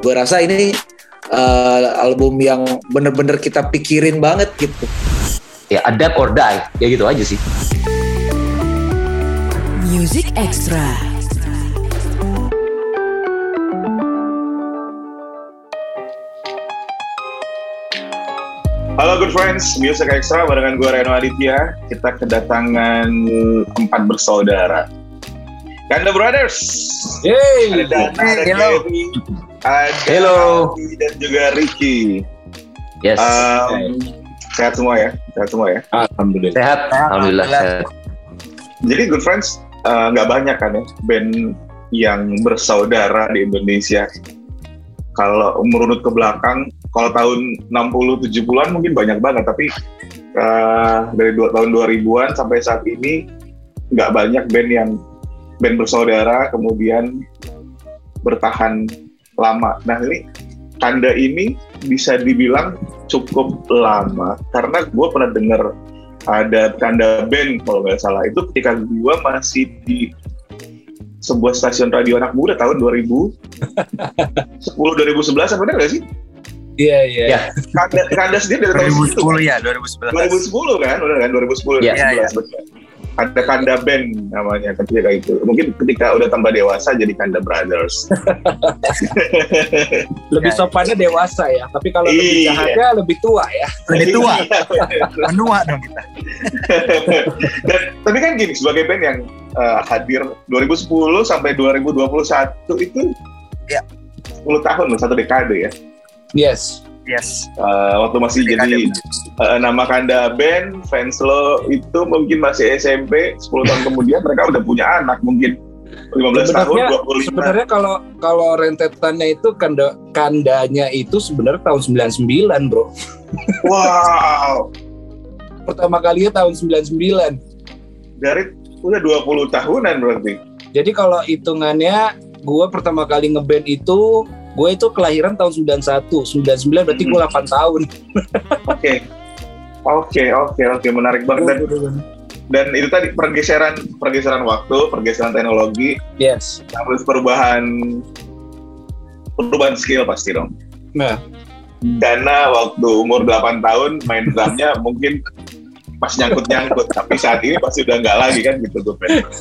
Gue rasa ini album yang bener-bener kita pikirin banget gitu. Ya adapt or die, ya gitu aja sih. Music Extra. Halo good friends, Music Extra barengan gue Reno Aditya. Kita kedatangan 4 bersaudara Kanda Brothers. Hey, ada Dana, ada Kevin, ada Aldi, dan juga Ricky. Yes. Sehat semua ya? Alhamdulillah. Alhamdulillah sehat. Jadi good friends, nggak banyak kan ya band yang bersaudara di Indonesia. Kalau merunut ke belakang, kalau tahun 60-70-an mungkin banyak banget, tapi dari tahun 2000-an sampai saat ini nggak banyak band bersaudara kemudian bertahan lama. Nah ini Kanda ini bisa dibilang cukup lama karena gue pernah dengar ada Kanda Band kalau nggak salah itu ketika gue masih di sebuah stasiun radio anak muda tahun 2011 benar nggak sih? Iya. Kanda sendiri dari tahun 2010 ya, 2011 kan, udah kan 2010. Iya. Ada Kanda Band namanya ketika itu. Mungkin ketika udah tambah dewasa jadi Kanda Brothers. Lebih sopannya dewasa ya, tapi kalau lebih jahatnya lebih tua ya. Lebih tua. Menua dong kita. Tapi kan gini, sebagai band yang hadir 2010 sampai 2021 itu ya 10 tahun loh, 1 dekade ya. Yes. Waktu masih jadi nama Kanda Band, fans lo itu mungkin masih SMP, 10 tahun kemudian mereka udah punya anak mungkin 15 tahun, 25. Sebenarnya kalau rentetannya itu kandanya itu sebenarnya tahun 99, bro. Wow. Pertama kalinya tahun 99. Dari udah 20 tahunan berarti. Jadi kalau hitungannya gue pertama kali ngeband itu gue itu kelahiran tahun 91, 99 berarti gue 8 tahun. Oke, menarik banget. Dan itu tadi pergeseran waktu, pergeseran teknologi. Yes. Terus perubahan skill pasti dong. Nah. Karena waktu umur 8 tahun main drumnya mungkin pas nyangkut, tapi saat ini pasti udah nggak lagi kan gitu tuh.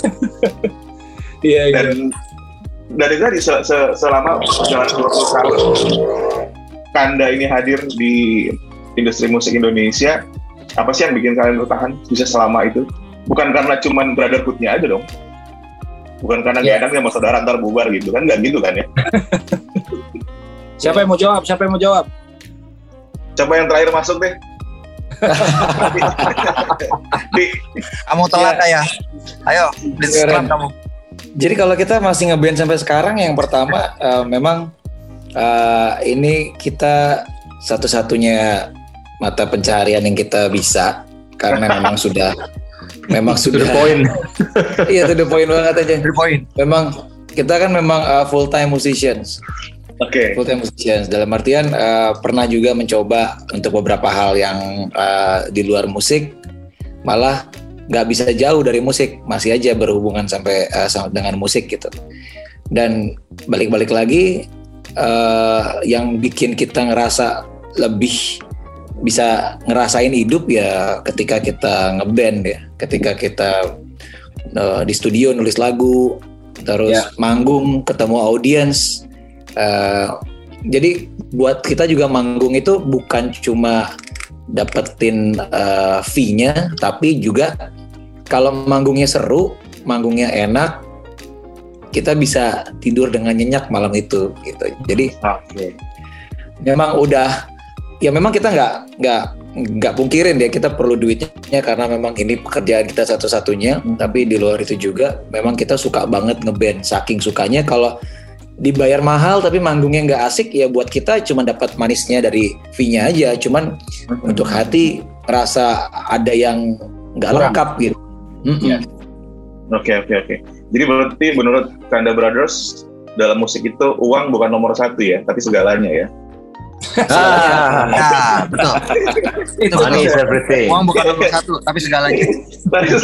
Iya. Dan itu tadi selama perjalanan 20 tahun Kanda ini hadir di industri musik Indonesia, apa sih yang bikin kalian bertahan bisa selama itu? Bukan karena cuman brotherhood-nya aja dong. Bukan karena gak enak sama saudara antar bubar gitu kan, nggak gitu kan ya? Siapa yang mau jawab? Coba yang terakhir masuk deh. Kamu telat ya. Ayo, diskon kamu. Jadi kalau kita masih ngeband sampai sekarang, yang pertama memang ini kita satu-satunya mata pencaharian yang kita bisa karena memang sudah to the point. Iya, to the point banget aja. To the point. Memang kita kan memang full time musicians. Oke. Full time musicians dalam artian pernah juga mencoba untuk beberapa hal yang di luar musik, malah nggak bisa jauh dari musik, masih aja berhubungan sampai dengan musik gitu. Dan balik lagi yang bikin kita ngerasa lebih bisa ngerasain hidup ya ketika kita ngeband ya, ketika kita di studio nulis lagu, terus manggung, ketemu audiens. Jadi buat kita juga manggung itu bukan cuma dapetin fee-nya, tapi juga kalau manggungnya seru, manggungnya enak, kita bisa tidur dengan nyenyak malam itu gitu. Jadi memang memang kita nggak pungkirin ya, kita perlu duitnya karena memang ini pekerjaan kita satu-satunya. Tapi di luar itu juga memang kita suka banget ngeband, saking sukanya kalau dibayar mahal tapi manggungnya nggak asik ya, buat kita cuma dapat manisnya dari fee-nya aja, cuman untuk hati rasa ada yang nggak lengkap gitu. Oke. Jadi berarti menurut Kanda Brothers dalam musik itu uang bukan nomor 1 ya, tapi segalanya ya. Betul. Itu Money is everything. Uang bukan nomor 1, tapi segalanya.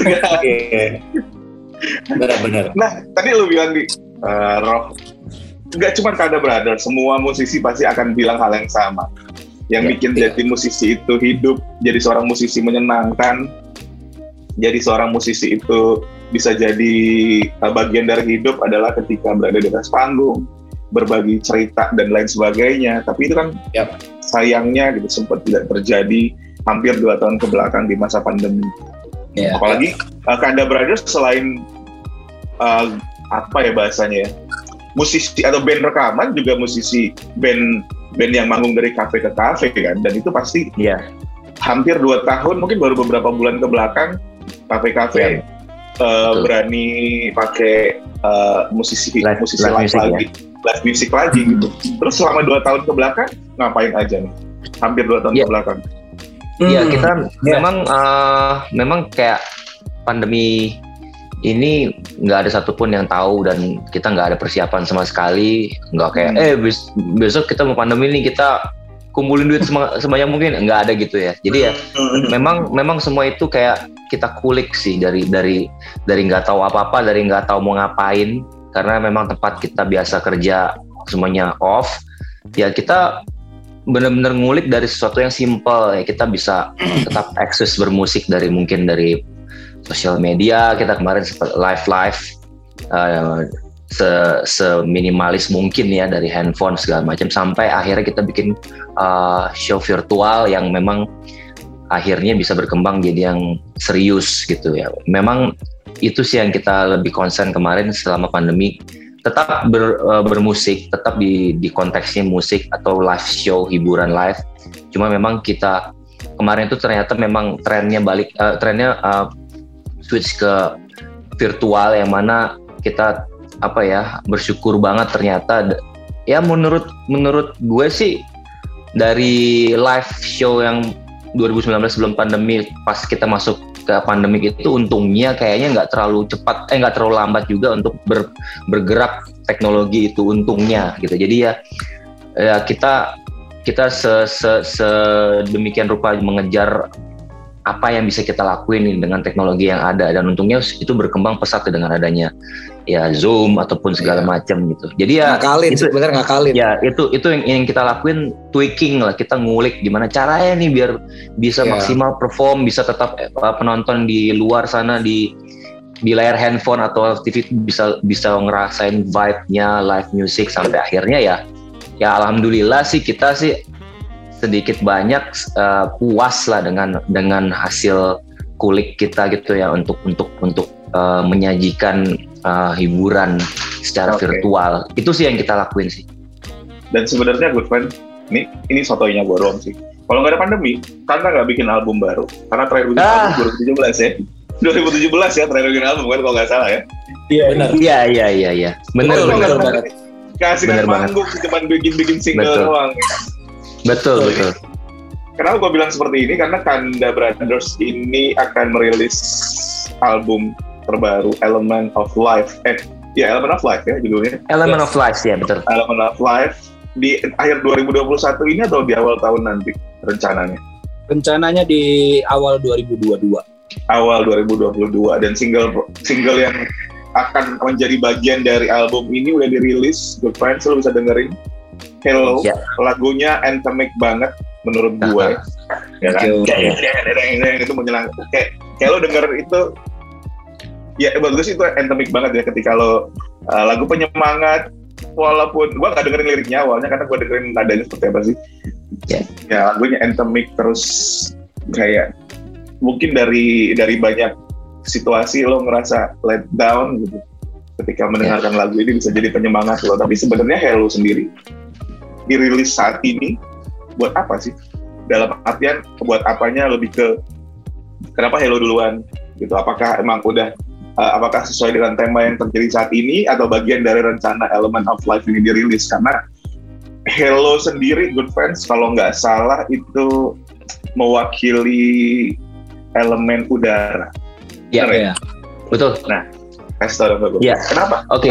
Benar. Nah, tadi lu bilang di roh nggak cuma Kada Brothers, semua musisi pasti akan bilang hal yang sama. Yang bikin jadi musisi itu hidup, jadi seorang musisi menyenangkan, jadi seorang musisi itu bisa jadi bagian dari hidup adalah ketika berada di atas panggung, berbagi cerita dan lain sebagainya. Tapi itu kan sayangnya gitu sempat tidak terjadi hampir 2 tahun ke belakang di masa pandemi. Apalagi Kada Brothers selain apa ya bahasanya ya, musisi atau band rekaman juga musisi band yang manggung dari kafe ke kafe kan, dan itu pasti hampir 2 tahun, mungkin baru beberapa bulan ke belakang kafe-kafe berani pakai musisi live music lagi gitu. Terus selama 2 tahun ke belakang ngapain aja nih? Hampir 2 tahun ke belakang. Iya, kita memang kayak pandemi ini nggak ada satupun yang tahu, dan kita nggak ada persiapan sama sekali. Nggak kayak besok kita mau pandemi ini, kita kumpulin duit sebanyak mungkin, nggak ada gitu ya. Jadi ya memang semua itu kayak kita kulik sih dari nggak tahu apa-apa, dari nggak tahu mau ngapain, karena memang tempat kita biasa kerja semuanya off. Ya kita benar-benar ngulik dari sesuatu yang simple ya, kita bisa tetap akses bermusik dari sosial media. Kita kemarin sempat live seminimalis mungkin ya, dari handphone segala macam, sampai akhirnya kita bikin show virtual yang memang akhirnya bisa berkembang jadi yang serius gitu ya. Memang itu sih yang kita lebih concern kemarin selama pandemi, tetap bermusik, tetap di konteksnya musik atau live show, hiburan live. Cuma memang kita kemarin itu ternyata memang trennya switch ke virtual, yang mana kita bersyukur banget ternyata ya, menurut gue sih dari live show yang 2019 sebelum pandemi, pas kita masuk ke pandemi itu untungnya kayaknya nggak terlalu lambat juga untuk bergerak teknologi itu, untungnya gitu. Jadi ya kita sedemikian rupa mengejar apa yang bisa kita lakuin dengan teknologi yang ada, dan untungnya itu berkembang pesat dengan adanya ya Zoom ataupun segala macam gitu. Jadi ya ngakalin. Ya itu yang kita lakuin, tweaking lah, kita ngulik gimana caranya nih biar bisa maksimal perform, bisa tetap penonton di luar sana di layar handphone atau TV bisa ngerasain vibe-nya live music, sampai akhirnya ya alhamdulillah sih kita sih sedikit banyak puas lah dengan hasil kulik kita gitu ya, untuk menyajikan hiburan secara virtual. Itu sih yang kita lakuin sih. Dan sebenarnya good friend, ini sotoinya gue doang sih. Kalau nggak ada pandemi, karena nggak bikin album baru. Karena terakhir bikin album 2017 ya. 2017 ya terakhir bikin album kan, kalau nggak salah ya. Iya benar. Iya. Benar banget. Kasih panggung cuma bikin single doang. Betul. Kenapa gue bilang seperti ini? Karena Kada Brothers ini akan merilis album terbaru, Element of Life. Element of Life ya judulnya. Element of Life ya, betul. Element of Life di akhir 2021 ini atau di awal tahun nanti rencananya? Rencananya di awal 2022. Awal 2022, dan single yang akan menjadi bagian dari album ini udah dirilis. Good friends, lo bisa dengerin. Hello, lagunya anthemic banget menurut gue, ya kan? Kayak itu menyenangkan. Kayak lo denger itu, ya buat gue sih itu anthemic banget ya, ketika lo lagu penyemangat, walaupun gue nggak dengerin liriknya awalnya karena gue dengerin nadanya seperti apa sih. Ya lagunya anthemic, terus kayak mungkin dari banyak situasi lo ngerasa let down gitu. Ketika mendengarkan lagu ini bisa jadi penyemangat lo. Tapi sebenarnya Hello sendiri dirilis saat ini buat apa sih? Dalam artian buat apanya, lebih ke kenapa Hello duluan gitu? Apakah emang apakah sesuai dengan tema yang terjadi saat ini, atau bagian dari rencana Element of Life ini dirilis? Karena Hello sendiri, good friends, kalau nggak salah itu mewakili elemen udara. Iya. Betul. Nah, kasih tahu dong gue. Kenapa? Oke.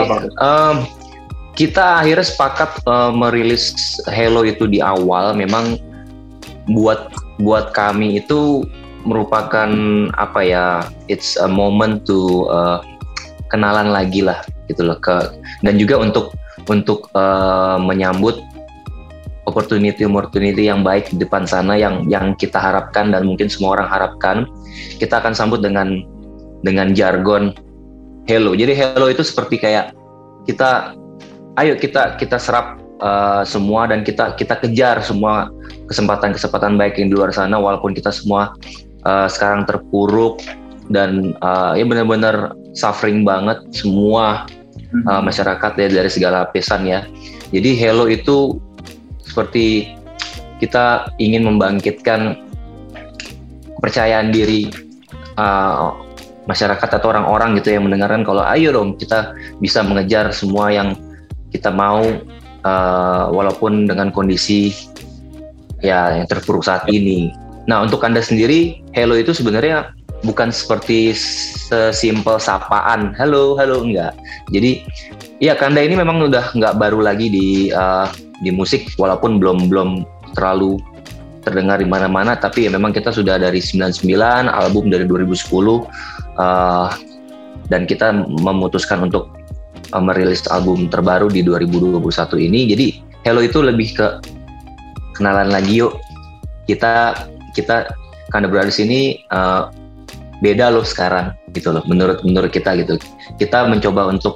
Kita akhirnya sepakat merilis Hello itu di awal. Memang buat kami itu merupakan it's a moment to kenalan lagi lah gitu loh, dan juga untuk untuk menyambut opportunity yang baik di depan sana yang kita harapkan dan mungkin semua orang harapkan. Kita akan sambut dengan jargon Hello. Jadi Hello itu seperti kayak kita serap semua dan kita kejar semua kesempatan baik yang di luar sana, walaupun kita semua sekarang terpuruk dan ya benar-benar suffering banget semua masyarakat ya dari segala lapisan ya. Jadi Hello itu seperti kita ingin membangkitkan kepercayaan diri masyarakat atau orang-orang gitu yang mendengarkan kalau ayo dong kita bisa mengejar semua yang kita mau walaupun dengan kondisi ya yang terpuruk saat ini. Nah, untuk Anda sendiri, Hello itu sebenarnya bukan seperti sesimpel sapaan, halo enggak. Jadi, ya Kanda ini memang udah nggak baru lagi di musik, walaupun belum terlalu terdengar di mana-mana, tapi ya memang kita sudah dari 99, album dari 2010, dan kita memutuskan untuk merilis album terbaru di 2021 ini. Jadi, Hello itu lebih ke kenalan lagi yuk. Kita Kanda Brothers ini beda loh sekarang gitu loh, menurut kita gitu. Kita mencoba untuk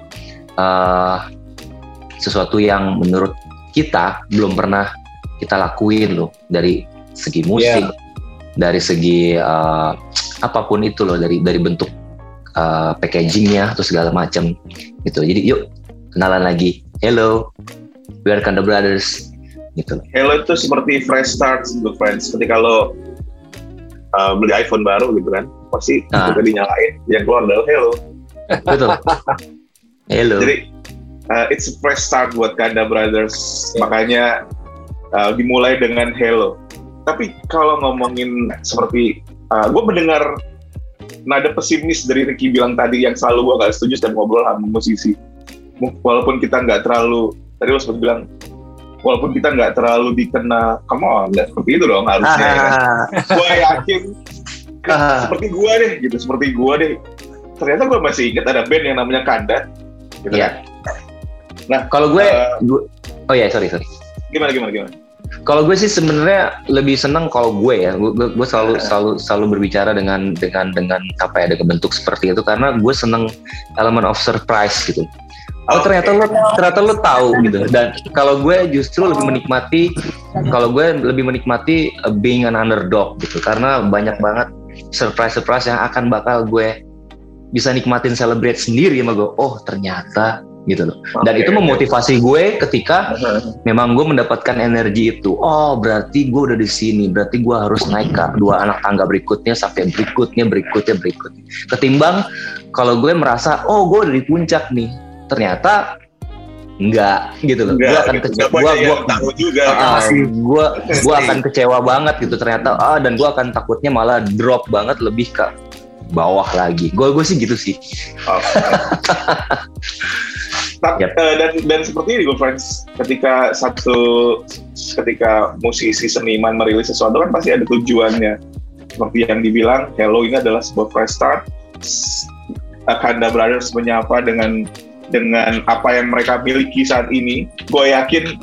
sesuatu yang menurut kita belum pernah kita lakuin loh, dari segi musik, dari segi apapun itu loh, dari bentuk packagingnya atau segala macam gitu. Jadi yuk kenalan lagi. Hello, we are Kanda Brothers gitu. Hello itu seperti fresh start gitu, friends. Seperti kalau beli iPhone baru gitu kan, pasti juga dinyalain, yang keluar adalah Hello. Betul. Hello. Jadi it's a fresh start buat Kanda Brothers, makanya dimulai dengan Hello. Tapi kalau ngomongin seperti gue mendengar nada pesimis dari Ricky bilang tadi, yang selalu gue gak setuju setiap ngobrol sama musisi. Walaupun kita nggak terlalu, tadi lo sempat bilang, walaupun kita nggak terlalu dikenal, come on, nggak seperti itu dong harusnya. Kan? Gue yakin seperti gue deh. Ternyata gue masih ingat ada band yang namanya Kanda. Gitu kan? Nah, kalau gue, oh ya sorry. Gimana? Kalau gue sih sebenarnya lebih senang kalau gue selalu berbicara dengan apa ya, dengan bentuk seperti itu, karena gue senang elemen of surprise gitu. Oh ternyata lo tahu gitu. Dan kalau gue justru lebih menikmati being an underdog gitu, karena banyak banget surprise yang akan bakal gue bisa nikmatin, celebrate sendiri sama gue. Oh ternyata gitu loh. Dan itu memotivasi gue ketika memang gue mendapatkan energi itu. Oh berarti gue udah di sini, berarti gue harus naik ke 2 anak tangga berikutnya sampai berikutnya. Ketimbang kalau gue merasa oh gue udah di puncak nih, ternyata enggak gitu loh. Gue akan gue akan kecewa banget gitu ternyata, dan gue akan takutnya malah drop banget lebih ke bawah lagi. Gue sih gitu sih. Dan seperti ini, friends, ketika musisi seniman merilis sesuatu kan pasti ada tujuannya. Seperti yang dibilang, Hello ini adalah sebuah fresh start. Kanda Brothers menyapa dengan apa yang mereka miliki saat ini. Gue yakin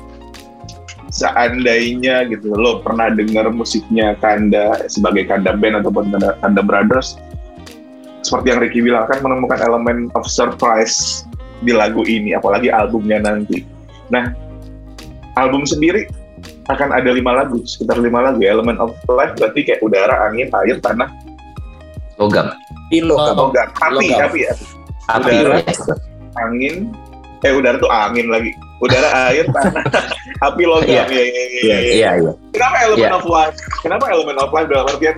seandainya gitu lo pernah dengar musiknya Kanda sebagai Kanda Band ataupun Kanda Brothers, seperti yang Ricky bilang, akan menemukan elemen of surprise di lagu ini, apalagi albumnya nanti. Nah, album sendiri akan ada 5 lagu, sekitar 5 lagu. Element of life berarti kayak udara, angin, air, tanah, logam. Api. Udara, angin, udara tuh angin lagi. Udara, air, tanah, api, logam. Iya. Kenapa element of life? Kenapa element of life dalam artian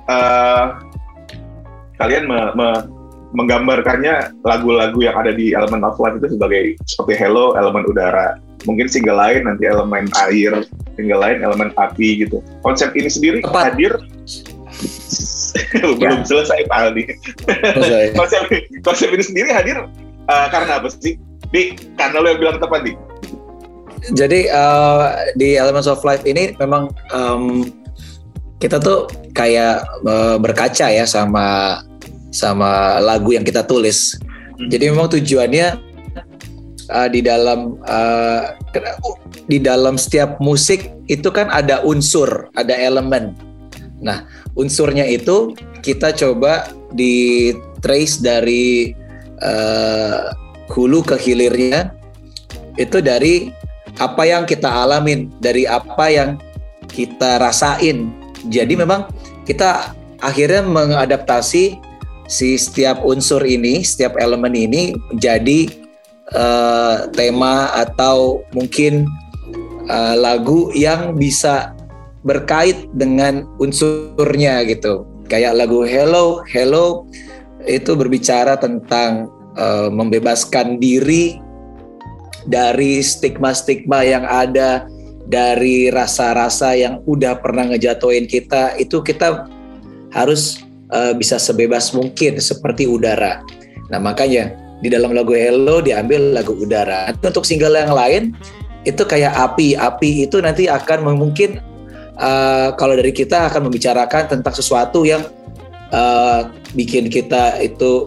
kalian menggambarkannya lagu-lagu yang ada di Element of Life itu sebagai seperti Hello, elemen udara. Mungkin single lain nanti elemen air, single lain elemen api gitu. Konsep ini sendiri hadir belum selesai Pak Aldi. Konsep ini sendiri hadir karena apa sih? Karena lo yang bilang tepat nih. Jadi di Elements of Life ini memang kita tuh kayak berkaca ya sama lagu yang kita tulis. Jadi memang tujuannya di dalam setiap musik itu kan ada unsur, ada elemen. Nah, unsurnya itu kita coba di trace dari hulu ke hilirnya, itu dari apa yang kita alamin, dari apa yang kita rasain. Jadi memang kita akhirnya mengadaptasi si setiap unsur ini, setiap elemen ini jadi tema atau mungkin lagu yang bisa berkait dengan unsurnya gitu. Kayak lagu Hello itu berbicara tentang membebaskan diri dari stigma-stigma yang ada, dari rasa-rasa yang udah pernah ngejatuhin kita. Itu kita harus bisa sebebas mungkin seperti udara. Nah makanya di dalam lagu Hello diambil lagu udara. Untuk single yang lain itu kayak api itu nanti akan mungkin kalau dari kita akan membicarakan tentang sesuatu yang bikin kita itu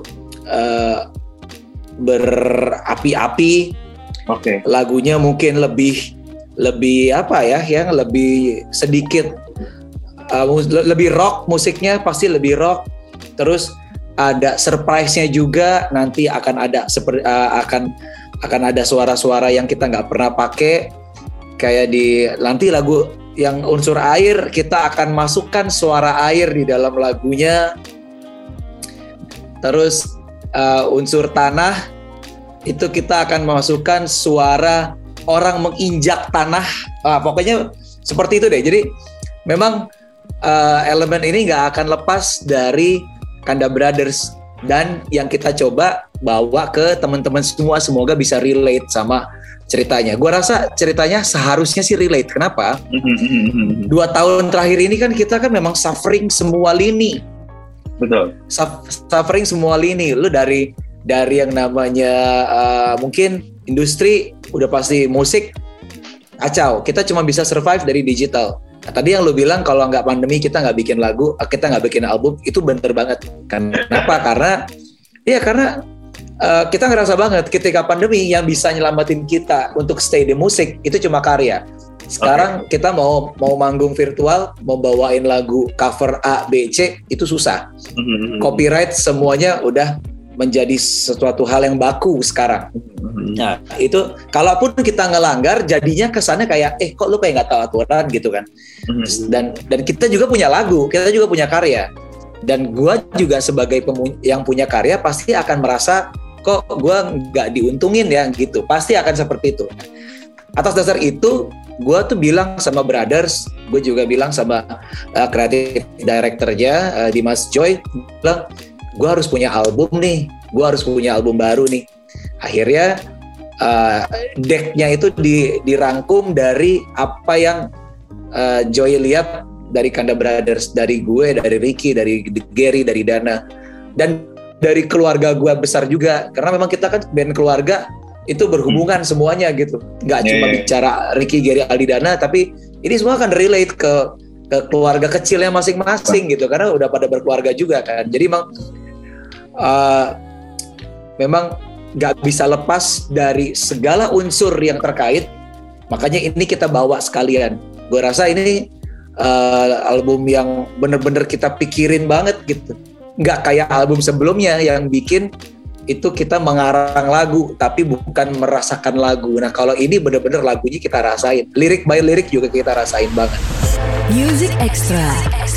berapi-api. Oke. Lagunya mungkin lebih apa ya, yang lebih sedikit lebih rock, musiknya pasti lebih rock. Terus ada surprise-nya juga, nanti akan ada akan ada suara-suara yang kita nggak pernah pakai. Kayak di nanti lagu yang unsur air, kita akan masukkan suara air di dalam lagunya. Terus unsur tanah itu kita akan memasukkan suara orang menginjak tanah. Pokoknya seperti itu deh. Jadi memang elemen ini nggak akan lepas dari Kanda Brothers, dan yang kita coba bawa ke teman-teman semua, semoga bisa relate sama ceritanya. Gua rasa ceritanya seharusnya sih relate. Kenapa? 2 tahun terakhir ini kan kita kan memang suffering semua lini. Betul. Suffering semua lini. Lu dari yang namanya mungkin industri udah pasti musik kacau. Kita cuma bisa survive dari digital. Nah, tadi yang lu bilang kalau nggak pandemi kita nggak bikin lagu, kita nggak bikin album, itu bener banget. Kenapa? Karena kita ngerasa banget ketika pandemi yang bisa nyelamatin kita untuk stay di musik itu cuma karya. Sekarang kita mau manggung virtual, mau bawain lagu cover A, B, C itu susah. Copyright semuanya udah menjadi sesuatu hal yang baku sekarang. Nah itu kalaupun kita ngelanggar jadinya kesannya kayak kok lu kayak nggak tahu aturan gitu kan. Dan kita juga punya lagu, kita juga punya karya, dan gua juga sebagai yang punya karya pasti akan merasa kok gua nggak diuntungin ya gitu, pasti akan seperti itu. Atas dasar itu gua tuh bilang sama Brothers, gue juga bilang sama kreatif directornya Dimas Joy, bilang gue harus punya album nih, gue harus punya album baru nih. Akhirnya decknya itu dirangkum dari apa yang Joy lihat dari Kanda Brothers, dari gue, dari Ricky, dari Gary, dari Dana, dan dari keluarga gue besar juga. Karena memang kita kan band keluarga itu berhubungan semuanya gitu. Nggak cuma bicara Ricky, Gary, Aldi, Dana, tapi ini semua kan relate ke keluarga kecilnya masing-masing gitu. Karena udah pada berkeluarga juga kan. Jadi memang nggak bisa lepas dari segala unsur yang terkait. Makanya ini kita bawa sekalian. Gue rasa ini album yang bener-bener kita pikirin banget gitu. Nggak kayak album sebelumnya yang bikin itu kita mengarang lagu tapi bukan merasakan lagu. Nah kalau ini bener-bener lagunya kita rasain. Lirik by lirik juga kita rasain banget. Music Extra.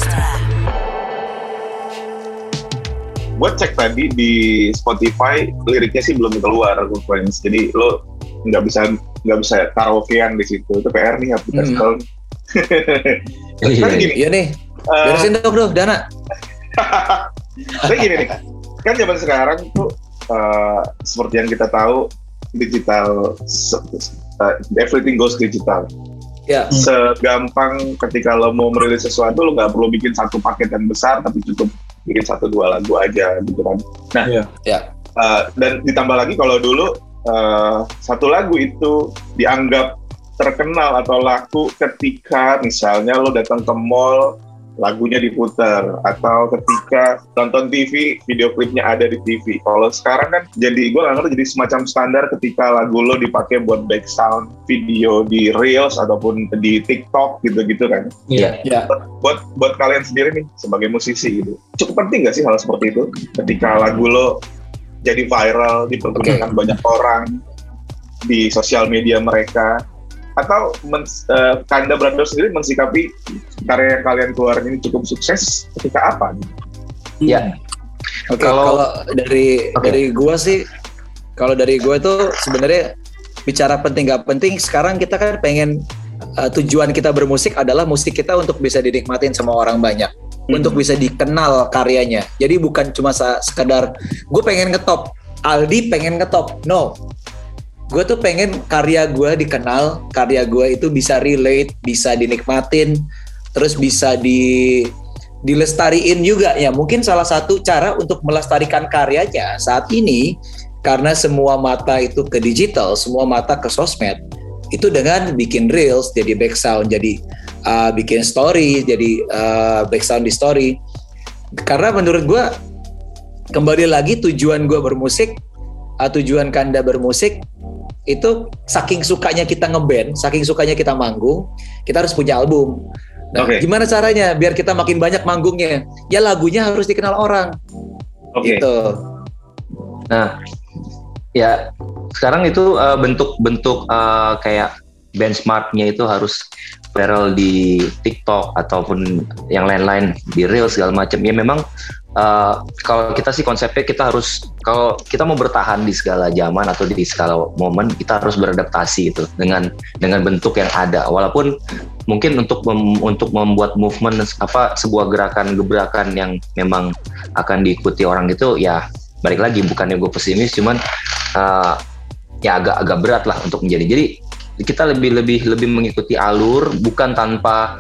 Gue cek tadi di Spotify liriknya sih belum keluar, friends. Jadi lo nggak bisa karaokean di situ. Itu PR nih aplikasi kalau. Iya nih. Beresin dong, Dana. Tapi gini nih, kan zaman sekarang tuh seperti yang kita tahu digital, everything goes digital. Ya. Segampang ketika lo mau merilis sesuatu, lo nggak perlu bikin satu paket yang besar, tapi cukup bikin 1-2 lagu aja gitu kan. Nah, dan ditambah lagi kalau dulu satu lagu itu dianggap terkenal atau laku ketika misalnya lo datang ke mall lagunya diputar, atau ketika nonton TV, video klipnya ada di TV. Kalau sekarang kan jadi gue nggak ngerti, jadi semacam standar ketika lagu lo dipakai buat background video di Reels ataupun di TikTok gitu-gitu kan. Iya. Buat kalian sendiri nih sebagai musisi gitu, cukup penting nggak sih hal seperti itu ketika lagu lo jadi viral, dipergunakan banyak orang di sosial media mereka? Atau Kanda Brothers sendiri mensikapi karya yang kalian keluarin ini cukup sukses ketika apa? Ya. Kalau dari gua sih, kalau dari gua itu sebenarnya bicara penting gak penting, sekarang kita kan pengen tujuan kita bermusik adalah musik kita untuk bisa dinikmatin sama orang banyak, untuk bisa dikenal karyanya. Jadi bukan cuma sekedar gue pengen ngetop, Aldi pengen ngetop, no. Gue tuh pengen karya gue dikenal, karya gue itu bisa relate, bisa dinikmatin, terus bisa dilestariin juga ya. Mungkin salah satu cara untuk melestarikan karyanya saat ini, karena semua mata itu ke digital, semua mata ke sosmed, itu dengan bikin reels, jadi background, jadi bikin story, jadi background di story. Karena menurut gue, kembali lagi tujuan gue bermusik, tujuan Kanda bermusik, itu saking sukanya kita ngeband, saking sukanya kita manggung, kita harus punya album. Nah, gimana caranya biar kita makin banyak manggungnya? Ya lagunya harus dikenal orang. Gitu. Nah, ya sekarang itu bentuk-bentuk kayak benchmarknya itu harus viral di TikTok ataupun yang lain-lain, di Reels segala macam. Ya memang kalau kita sih konsepnya kita harus, kalau kita mau bertahan di segala zaman atau di segala momen, kita harus beradaptasi itu dengan bentuk yang ada. Walaupun mungkin untuk membuat movement sebuah gebrakan yang memang akan diikuti orang itu, ya balik lagi, bukannya gue pesimis, cuman ya agak berat lah untuk menjadi. Jadi kita lebih mengikuti alur, bukan tanpa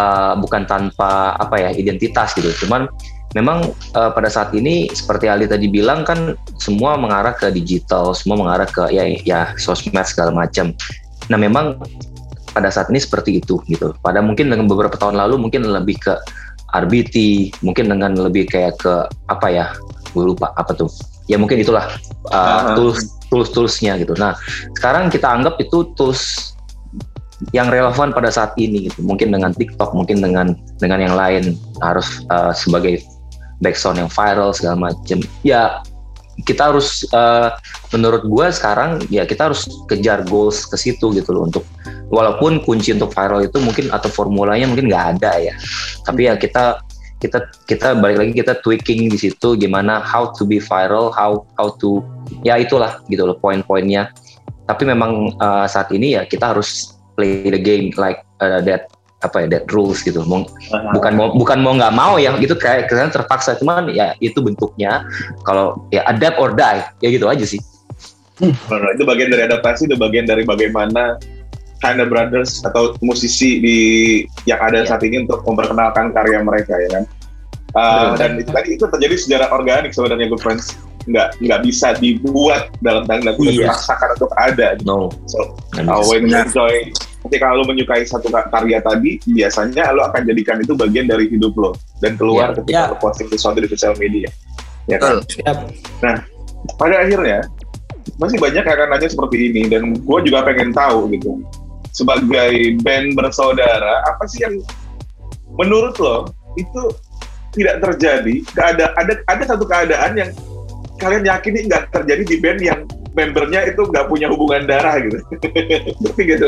identitas gitu. Cuman memang pada saat ini seperti Ali tadi bilang kan, semua mengarah ke digital, semua mengarah ke ya sosmed segala macam. Nah memang pada saat ini seperti itu gitu. Pada mungkin dengan beberapa tahun lalu mungkin lebih ke RBT, mungkin dengan lebih kayak ke gue lupa apa tuh. Ya mungkin itulah tools-toolsnya gitu. Nah sekarang kita anggap itu tools yang relevan pada saat ini gitu. Mungkin dengan TikTok, mungkin dengan yang lain, harus sebagai background yang viral segala macam. Ya kita harus menurut gue sekarang ya kita harus kejar goals ke situ gitu loh, untuk walaupun kunci untuk viral itu mungkin atau formulanya mungkin nggak ada ya, tapi ya kita balik lagi, kita tweaking di situ gimana how to be viral, how to, ya itulah gitu loh poin-poinnya. Tapi memang saat ini ya kita harus play the game like that rules gitu. Bukan mau nggak mau ya gitu, kayak kalian terpaksa, cuman ya itu bentuknya. Kalau ya adapt or die ya gitu aja sih. Itu bagian dari adaptasi, itu bagian dari bagaimana Kanda Brothers atau musisi yang ada saat ini untuk memperkenalkan karya mereka ya kan. Dan itu terjadi secara organik sebenarnya, good friends. Nggak bisa dibuat dalam tanda kutip, dipaksakan untuk ada. No. So when you enjoy, ketika lo menyukai satu karya tadi, biasanya lo akan jadikan itu bagian dari hidup lo dan keluar ketika lo posting sesuatu di sosial media, ya kan? Nah, pada akhirnya masih banyak yang akan nanya seperti ini, dan gue juga pengen tahu gitu, sebagai band bersaudara, apa sih yang menurut lo itu tidak terjadi? Ada satu keadaan yang kalian yakini nggak terjadi di band yang membernya itu nggak punya hubungan darah gitu. Ngerti gitu?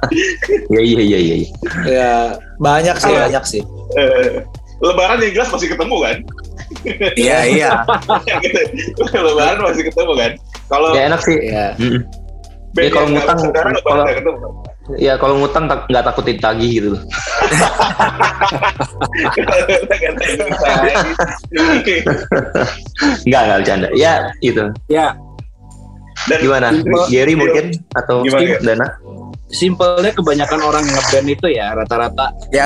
Iya. Ya banyak sih. Lebaran yang jelas masih ketemu kan? Iya. Lebaran masih ketemu kan? Kalau ya enak sih. Ya. Kalau ngutang, kalau ngutang nggak takut ditagih gitu. Nggak bercanda. Ya itu. Ya. Dan gimana? Gary mungkin atau Dana? Simpelnya kebanyakan orang ngeband itu ya rata-rata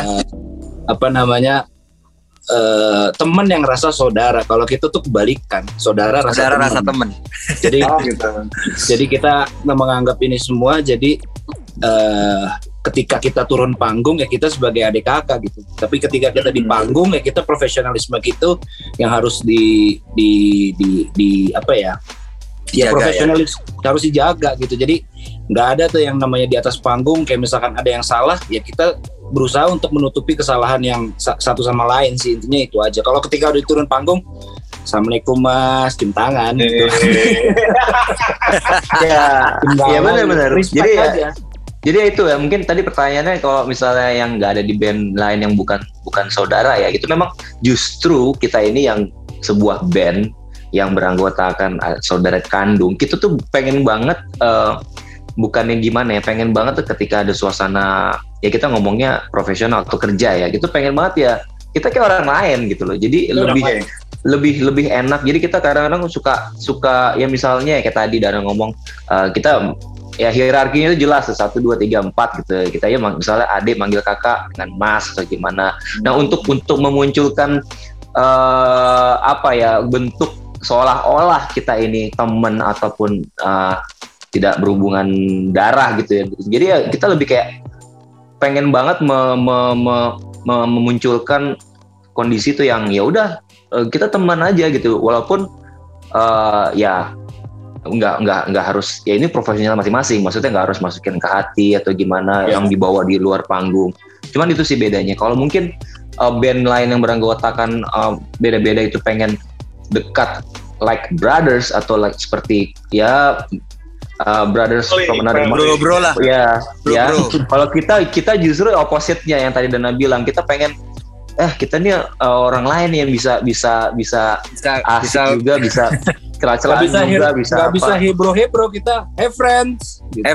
teman yang rasa saudara. Kalau kita tuh kebalikan, saudara rasa teman. Jadi kita menganggap ini semua jadi ketika kita turun panggung ya kita sebagai adik kakak gitu. Tapi ketika kita di panggung ya kita profesionalisme gitu yang harus di apa ya? Ya profesionalis harus dijaga gitu. Jadi nggak ada tuh yang namanya di atas panggung kayak misalkan ada yang salah ya kita berusaha untuk menutupi kesalahan yang satu sama lain sih, intinya itu aja. Kalau ketika udah turun panggung, assalamualaikum mas, cium tangan gitu. Ya benar-benar. Jadi aja. Jadi itu ya, mungkin tadi pertanyaannya kalau misalnya yang nggak ada di band lain yang bukan saudara ya, itu memang justru kita ini yang sebuah band yang beranggotakan saudara kandung, kita tuh pengen banget bukannya gimana ya, pengen banget tuh ketika ada suasana ya kita ngomongnya profesional atau kerja ya, gitu pengen banget ya kita kayak orang lain gitu loh. Jadi lebih enak. Jadi kita kadang-kadang suka ya misalnya kayak tadi Dara ngomong kita ya hierarkinya itu jelas 1, 2, 3, 4 gitu. Kita ya misalnya adik manggil kakak dengan mas atau gimana. Nah untuk memunculkan apa ya bentuk seolah-olah kita ini teman ataupun tidak berhubungan darah gitu ya. Jadi ya kita lebih kayak pengen banget memunculkan kondisi itu yang ya udah kita teman aja gitu. Walaupun ya nggak harus ya ini profesional masing-masing. Maksudnya nggak harus masukin ke hati atau gimana yang dibawa di luar panggung. Cuman itu sih bedanya. Kalau mungkin band lain yang beranggotakan beda-beda itu pengen dekat like brothers atau like seperti ya brothers from another bro lah ya bro. Kalau kita justru opposite-nya yang tadi Dana bilang, kita pengen kita nih orang lain yang bisa asik juga, bisa celah-celah juga, bisa apa bisa hebro kita friends gitu.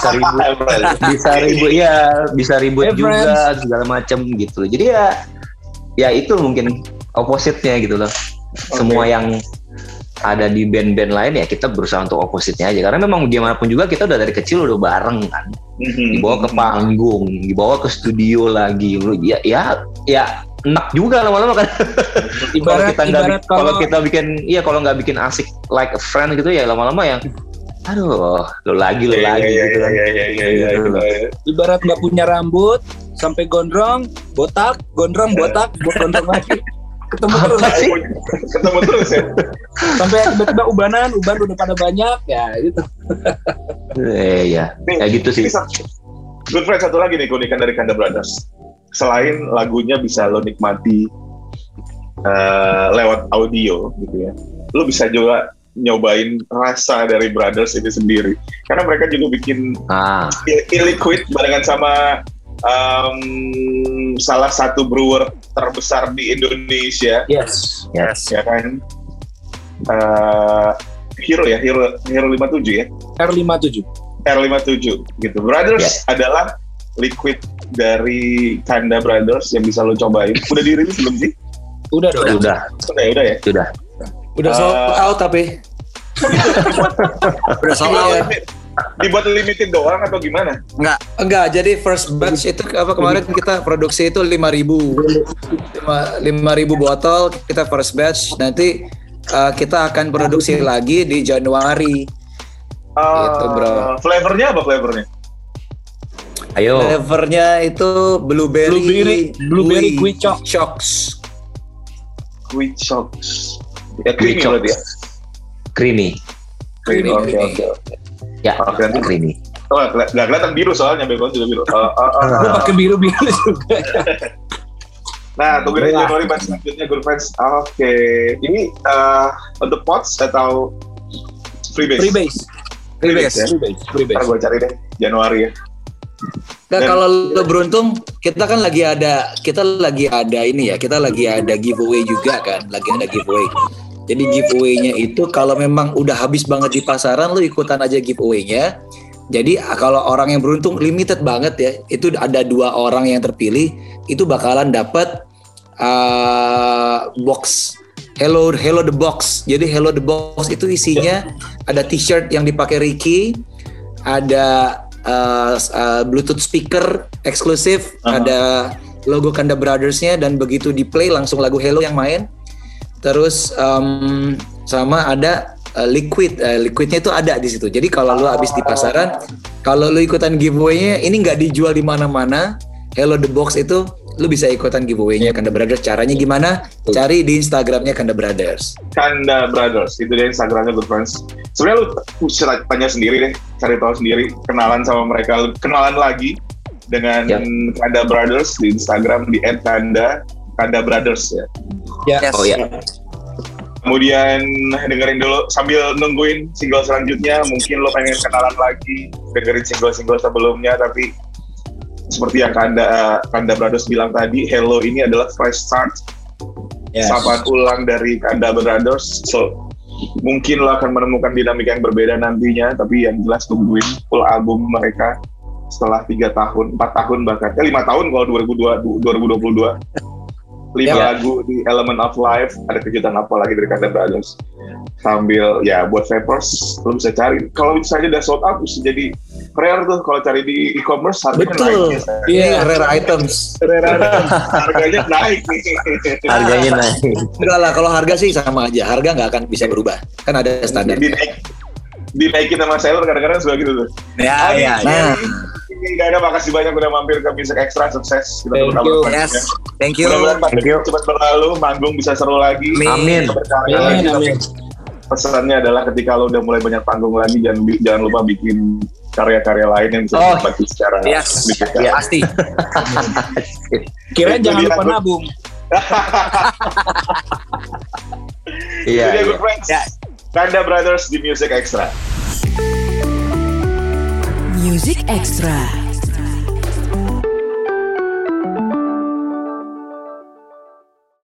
bisa ribut juga segala macam gitu. Jadi ya itu mungkin opposite-nya gitu loh. Semua yang ada di band-band lain ya kita berusaha untuk opposite-nya aja, karena memang gimana pun juga kita udah dari kecil udah bareng kan, dibawa ke panggung, dibawa ke studio lagi, ya enak juga lama-lama kan. Kalau kita kalau nggak bikin asik like a friend gitu ya lama-lama yang lo lagi gitu kan. Ibarat nggak punya rambut sampai gondrong botak lagi. Ketemu terus ya. Sampai tiba-tiba uban udah pada banyak ya gitu. Ya gitu sih. Good friend, satu lagi nih keunikan dari Kanda Brothers. Selain lagunya bisa lo nikmati lewat audio gitu ya, lo bisa juga nyobain rasa dari Brothers ini sendiri. Karena mereka juga bikin e-liquid barengan sama salah satu brewer terbesar di Indonesia. Yes. Ya kan. Hero 57 ya. R57 gitu. Brothers adalah liquid dari Kanda Brothers yang bisa lo cobain. Udah dirilis belum sih? Udah ya. Udah sold out tapi. Udah sold out. Dibuat limited doang atau gimana? Enggak. Jadi first batch itu kemarin kita produksi itu 5.000 botol, kita first batch. Nanti kita akan produksi lagi di Januari. Gitu, bro. Flavornya apa Ayo. Flavornya itu blueberry Quick shocks. Ya creamy berarti ya. Creamy. Oke. Ya, creamy. Oh, nggak kelihatan biru soalnya, background juga biru. Gue pakai biru juga. Nah, tunggu aja Januari batch selanjutnya, Good Friends. Oke. Ini untuk pots atau freebase? Freebase. Ntar gue cari deh, Januari ya. Nah, kalau lo beruntung, kita lagi ada ini ya, kita lagi ada giveaway juga kan, Jadi giveaway-nya itu kalau memang udah habis banget di pasaran, lo ikutan aja giveaway-nya. Jadi kalau orang yang beruntung limited banget ya, itu ada 2 orang yang terpilih, itu bakalan dapat box Hello the Box. Jadi Hello the Box itu isinya ada t-shirt yang dipakai Ricky, ada Bluetooth speaker eksklusif, ada logo Kanda Brothers-nya, dan begitu di play langsung lagu Hello yang main. Terus sama ada liquidnya itu ada di situ. Jadi kalau lu habis di pasaran, kalau lu ikutan giveaway-nya ini nggak dijual di mana-mana. Hello the Box itu lu bisa ikutan giveaway-nya Kanda Brothers. Caranya gimana? Cari di Instagramnya Kanda Brothers. Kanda Brothers itu dia Instagramnya Good Friends. Sebenarnya lu tanya sendiri deh, cari tahu sendiri, kenalan sama mereka, kenalan lagi dengan Kanda Brothers di Instagram di @Kanda Brothers ya. Yes. Oh ya. Kemudian dengerin dulu sambil nungguin single selanjutnya. Mungkin lo pengen kenalan lagi, dengerin single-single sebelumnya, tapi seperti yang Kanda Brothers bilang tadi, Hello ini adalah fresh start, sapaan ulang dari Kanda Brothers. So mungkin lo akan menemukan dinamika yang berbeda nantinya, tapi yang jelas tungguin full album mereka setelah 3 tahun, 4 tahun bahkan, 5 tahun kalau 2022. 5 lagu di Element of Life. Ada kejutan apa lagi dari Kanda Brothers? Sambil ya buat vapers lo bisa cari. Kalau misalnya udah sold out bisa jadi rare tuh kalau cari di e-commerce harganya Betul. naik. Iya, rare items. Harganya naik nih. Harganya naik. Enggak lah, kalau harga sih sama aja. Harga nggak akan bisa berubah. Kan ada standar. Dinaikin sama seller kadang-kadang suka gitu tuh. Ya. Nah, Gak ada, makasih banyak udah mampir ke Music Extra, sukses. Thank you. Yes. Thank you. Mudah-mudahan pandemi cepat berlalu, manggung bisa seru lagi. Amin. Amin. Pesannya adalah ketika lo udah mulai banyak panggung lagi, jangan lupa bikin karya-karya lain yang bisa dinikmati secara digital. Pasti. Kirain jangan lupa nabung. Iya. Good friends. Kanda Brothers di Music Extra. Music Extra.